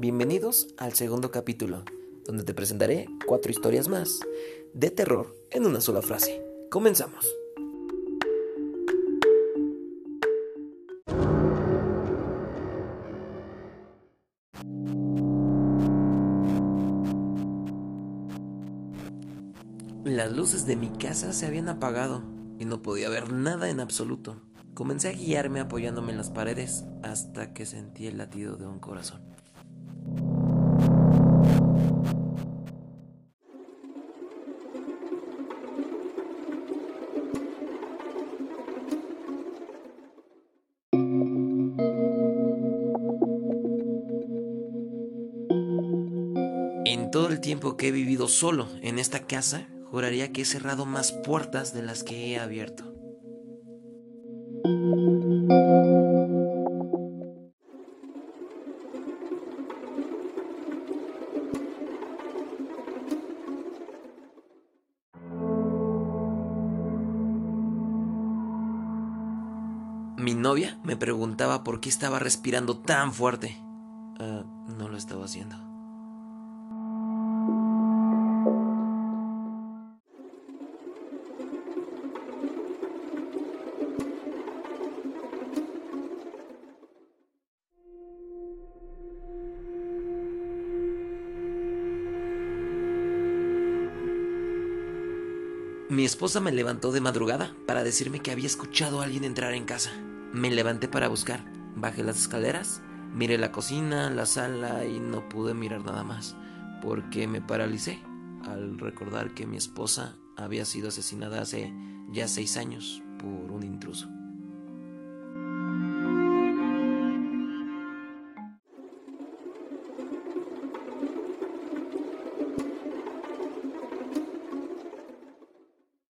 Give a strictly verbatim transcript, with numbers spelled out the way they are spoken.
Bienvenidos al segundo capítulo, donde te presentaré cuatro historias más de terror en una sola frase. Comenzamos. Las luces de mi casa se habían apagado y no podía ver nada en absoluto. Comencé a guiarme apoyándome en las paredes hasta que sentí el latido de un corazón. En todo el tiempo que he vivido solo en esta casa, juraría que he cerrado más puertas de las que he abierto. Mi novia me preguntaba por qué estaba respirando tan fuerte. Uh, no lo estaba haciendo. Mi esposa me levantó de madrugada para decirme que había escuchado a alguien entrar en casa. Me levanté para buscar. Bajé las escaleras, miré la cocina, la sala y no pude mirar nada más, porque me paralicé al recordar que mi esposa había sido asesinada hace ya seis años por un intruso.